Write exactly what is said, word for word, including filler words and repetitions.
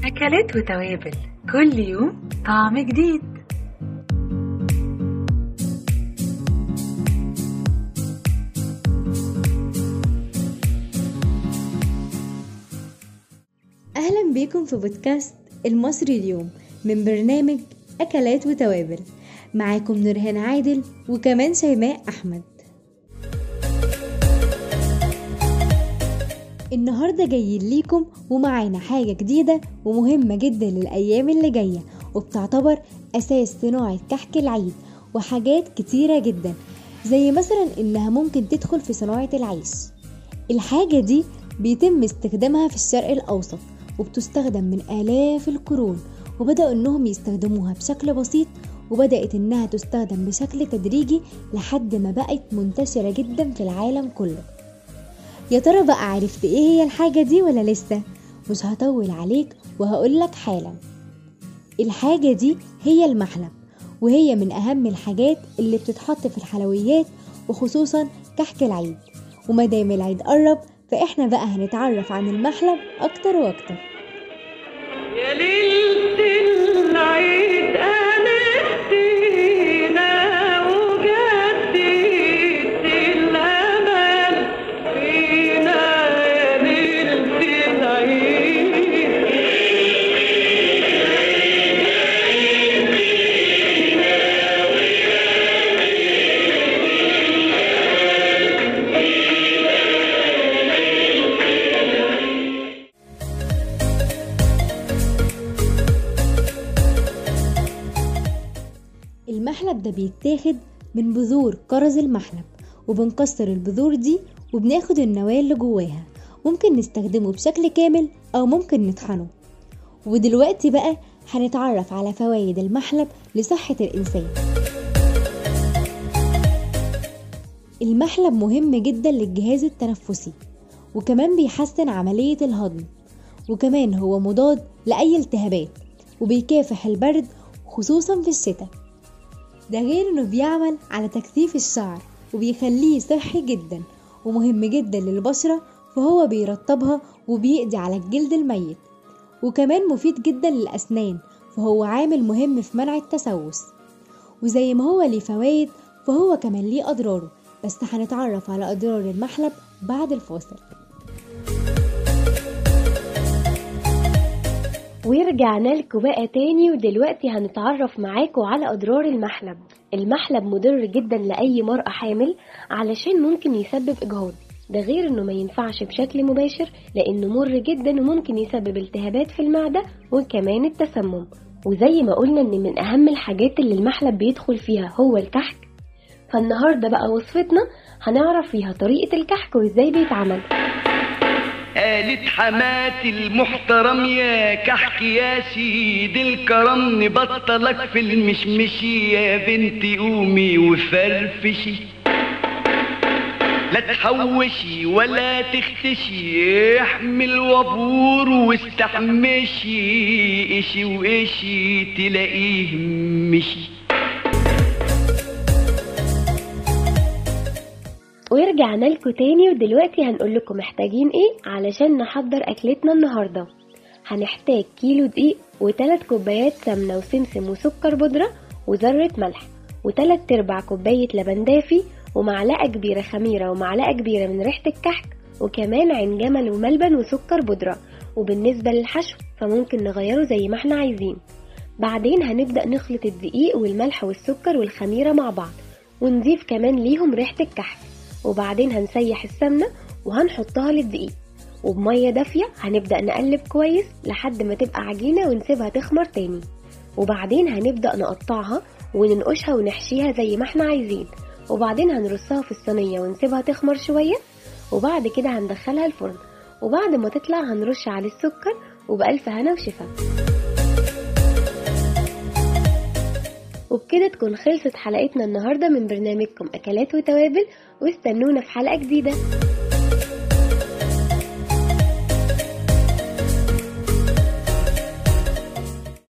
أكلات وتوابل، كل يوم طعم جديد. أهلا بيكم في بودكاست المصري اليوم من برنامج أكلات وتوابل. معاكم نورهان عادل وكمان شيماء أحمد. النهاردة جايين ليكم ومعانا حاجة جديدة ومهمة جدا للأيام اللي جاية، وبتعتبر أساس صناعة كحك العيد وحاجات كتيرة جدا، زي مثلا إنها ممكن تدخل في صناعة العيش. الحاجة دي بيتم استخدامها في الشرق الأوسط وبتستخدم من آلاف القرون، وبدأوا إنهم يستخدموها بشكل بسيط، وبدأت إنها تستخدم بشكل تدريجي لحد ما بقت منتشرة جدا في العالم كله. يا ترى بقى عرفت ايه هي الحاجة دي ولا لسه؟ مش هطول عليك وهقولك حالا. الحاجة دي هي المحلب، وهي من اهم الحاجات اللي بتتحط في الحلويات وخصوصا كحك العيد. ومادام العيد قرب فاحنا بقى هنتعرف عن المحلب اكتر واكتر. يا ليلة العيد المحلب ده بيتاخد من بذور كرز المحلب، وبنكسر البذور دي وبناخد النواة اللي جواها. ممكن نستخدمه بشكل كامل او ممكن نطحنه. ودلوقتي بقى هنتعرف على فوائد المحلب لصحة الانسان. المحلب مهم جدا للجهاز التنفسي، وكمان بيحسن عملية الهضم، وكمان هو مضاد لأي التهابات، وبيكافح البرد خصوصا في الشتاء. ده غير انه بيعمل على تكثيف الشعر وبيخليه صحي جدا ومهم جدا للبشرة، فهو بيرطبها وبيقضي على الجلد الميت. وكمان مفيد جدا للأسنان، فهو عامل مهم في منع التسوس. وزي ما هو ليه فوائد فهو كمان ليه أضراره، بس هنتعرف على أضرار المحلب بعد الفاصل. ورجعنا لكم بقى تاني، ودلوقتي هنتعرف معاكم على أضرار المحلب. المحلب مضر جدا لأي مرأة حامل علشان ممكن يسبب إجهاض. ده غير انه ما ينفعش بشكل مباشر لانه مر جدا وممكن يسبب التهابات في المعدة وكمان التسمم. وزي ما قلنا ان من اهم الحاجات اللي المحلب بيدخل فيها هو الكحك، فالنهاردة بقى وصفتنا هنعرف فيها طريقة الكحك وازاي بيتعمل. قالت حماتي المحترم يا كحك يا سيد الكرم، نبطلك في المشمشي يا بنتي قومي وفرفشي، لا تحوشي ولا تختشي، احمل وبور واستحمشي، اشي واشي تلاقيه مشي. ورجعنا لكم تاني، ودلوقتي هنقول لكم محتاجين ايه علشان نحضر اكلتنا النهاردة. هنحتاج كيلو دقيق وثلاث كوبايات سمنة وسمسم وسكر بودرة وذرة ملح وثلاث ارباع كوباية لبن دافي ومعلقة كبيرة خميرة ومعلقة كبيرة من ريحة الكحك وكمان عين جمل وملبن وسكر بودرة. وبالنسبة للحشو فممكن نغيره زي ما احنا عايزين. بعدين هنبدأ نخلط الدقيق والملح والسكر والخميرة مع بعض ونضيف كمان ليهم ريحة الكحك. وبعدين هنسيح السمنة وهنحطها للدقيق، وبمية دافية هنبدأ نقلب كويس لحد ما تبقى عجينة ونسيبها تخمر تاني. وبعدين هنبدأ نقطعها وننقشها ونحشيها زي ما احنا عايزين. وبعدين هنرصها في الصينية ونسيبها تخمر شوية، وبعد كده هندخلها الفرن. وبعد ما تطلع هنرش على السكر، وبألف هنا وشفا. وبكده تكون خلصت حلقتنا النهاردة من برنامجكم أكلات وتوابل، واستنونا في حلقة جديدة.